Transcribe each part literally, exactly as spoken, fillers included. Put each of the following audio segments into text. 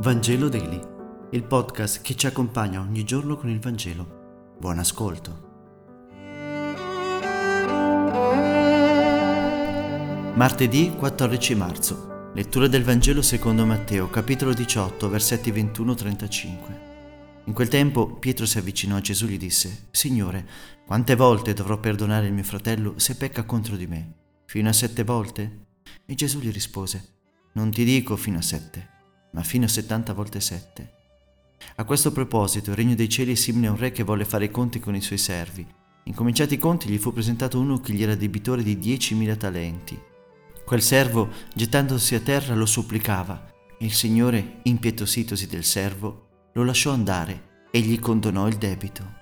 Vangelo Daily, il podcast che ci accompagna ogni giorno con il Vangelo. Buon ascolto. Martedì quattordici marzo. Lettura del Vangelo secondo Matteo, capitolo diciotto, versetti ventuno trentacinque. In quel tempo Pietro si avvicinò a Gesù e gli disse: Signore, quante volte dovrò perdonare il mio fratello se pecca contro di me? Fino a sette volte? E Gesù gli rispose: Non ti dico fino a sette, ma fino a settanta volte sette. A questo proposito il regno dei cieli è simile a un re che volle fare i conti con i suoi servi. Incominciati i conti gli fu presentato uno che gli era debitore di diecimila talenti. Quel servo, gettandosi a terra, lo supplicava, e il Signore, impietositosi del servo, lo lasciò andare e gli condonò il debito.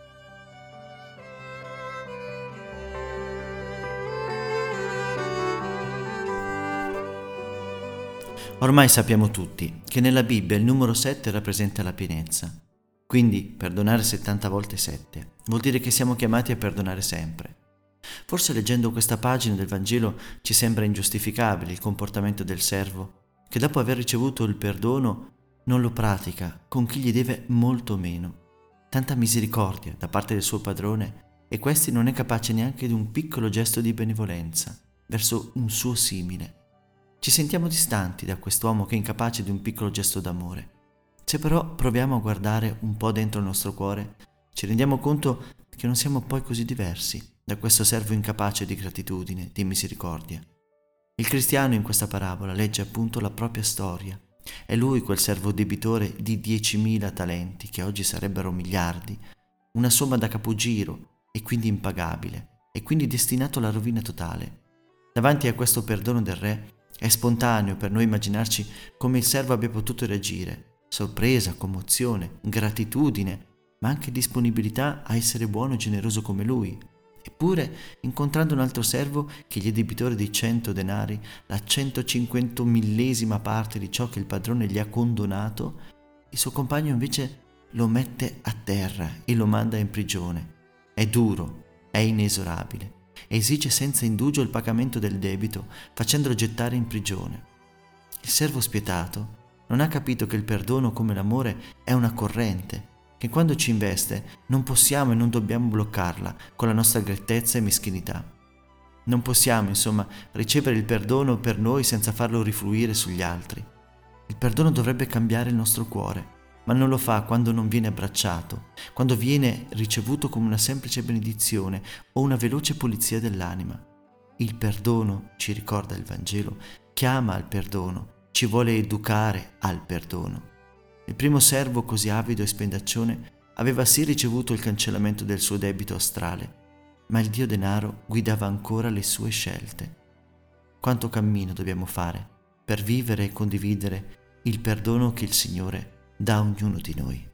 Ormai sappiamo tutti che nella Bibbia il numero sette rappresenta la pienezza. Quindi perdonare settanta volte sette vuol dire che siamo chiamati a perdonare sempre. Forse leggendo questa pagina del Vangelo ci sembra ingiustificabile il comportamento del servo che dopo aver ricevuto il perdono non lo pratica con chi gli deve molto meno. Tanta misericordia da parte del suo padrone e questi non è capace neanche di un piccolo gesto di benevolenza verso un suo simile. Ci sentiamo distanti da quest'uomo che è incapace di un piccolo gesto d'amore. Se però proviamo a guardare un po' dentro il nostro cuore, ci rendiamo conto che non siamo poi così diversi da questo servo incapace di gratitudine, di misericordia. Il cristiano in questa parabola legge appunto la propria storia. È lui quel servo debitore di diecimila talenti, che oggi sarebbero miliardi, una somma da capogiro e quindi impagabile, e quindi destinato alla rovina totale. Davanti a questo perdono del re, è spontaneo per noi immaginarci come il servo abbia potuto reagire: sorpresa, commozione, gratitudine, ma anche disponibilità a essere buono e generoso come lui. Eppure, incontrando un altro servo che gli è debitore di cento denari, la centocinquantamillesima parte di ciò che il padrone gli ha condonato, il suo compagno invece lo mette a terra e lo manda in prigione. È duro, è inesorabile. Esige senza indugio il pagamento del debito, facendolo gettare in prigione. Il servo spietato non ha capito che il perdono, come l'amore, è una corrente, che quando ci investe non possiamo e non dobbiamo bloccarla con la nostra grettezza e meschinità. Non possiamo, insomma, ricevere il perdono per noi senza farlo rifluire sugli altri. Il perdono dovrebbe cambiare il nostro cuore, ma non lo fa quando non viene abbracciato, quando viene ricevuto come una semplice benedizione o una veloce pulizia dell'anima. Il perdono, ci ricorda il Vangelo, chiama al perdono, ci vuole educare al perdono. Il primo servo, così avido e spendaccione, aveva sì ricevuto il cancellamento del suo debito astrale, ma il dio denaro guidava ancora le sue scelte. Quanto cammino dobbiamo fare per vivere e condividere il perdono che il Signore da ognuno di noi.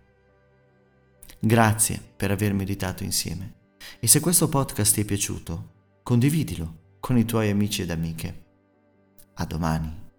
Grazie per aver meditato insieme e se questo podcast ti è piaciuto, condividilo con i tuoi amici ed amiche. A domani.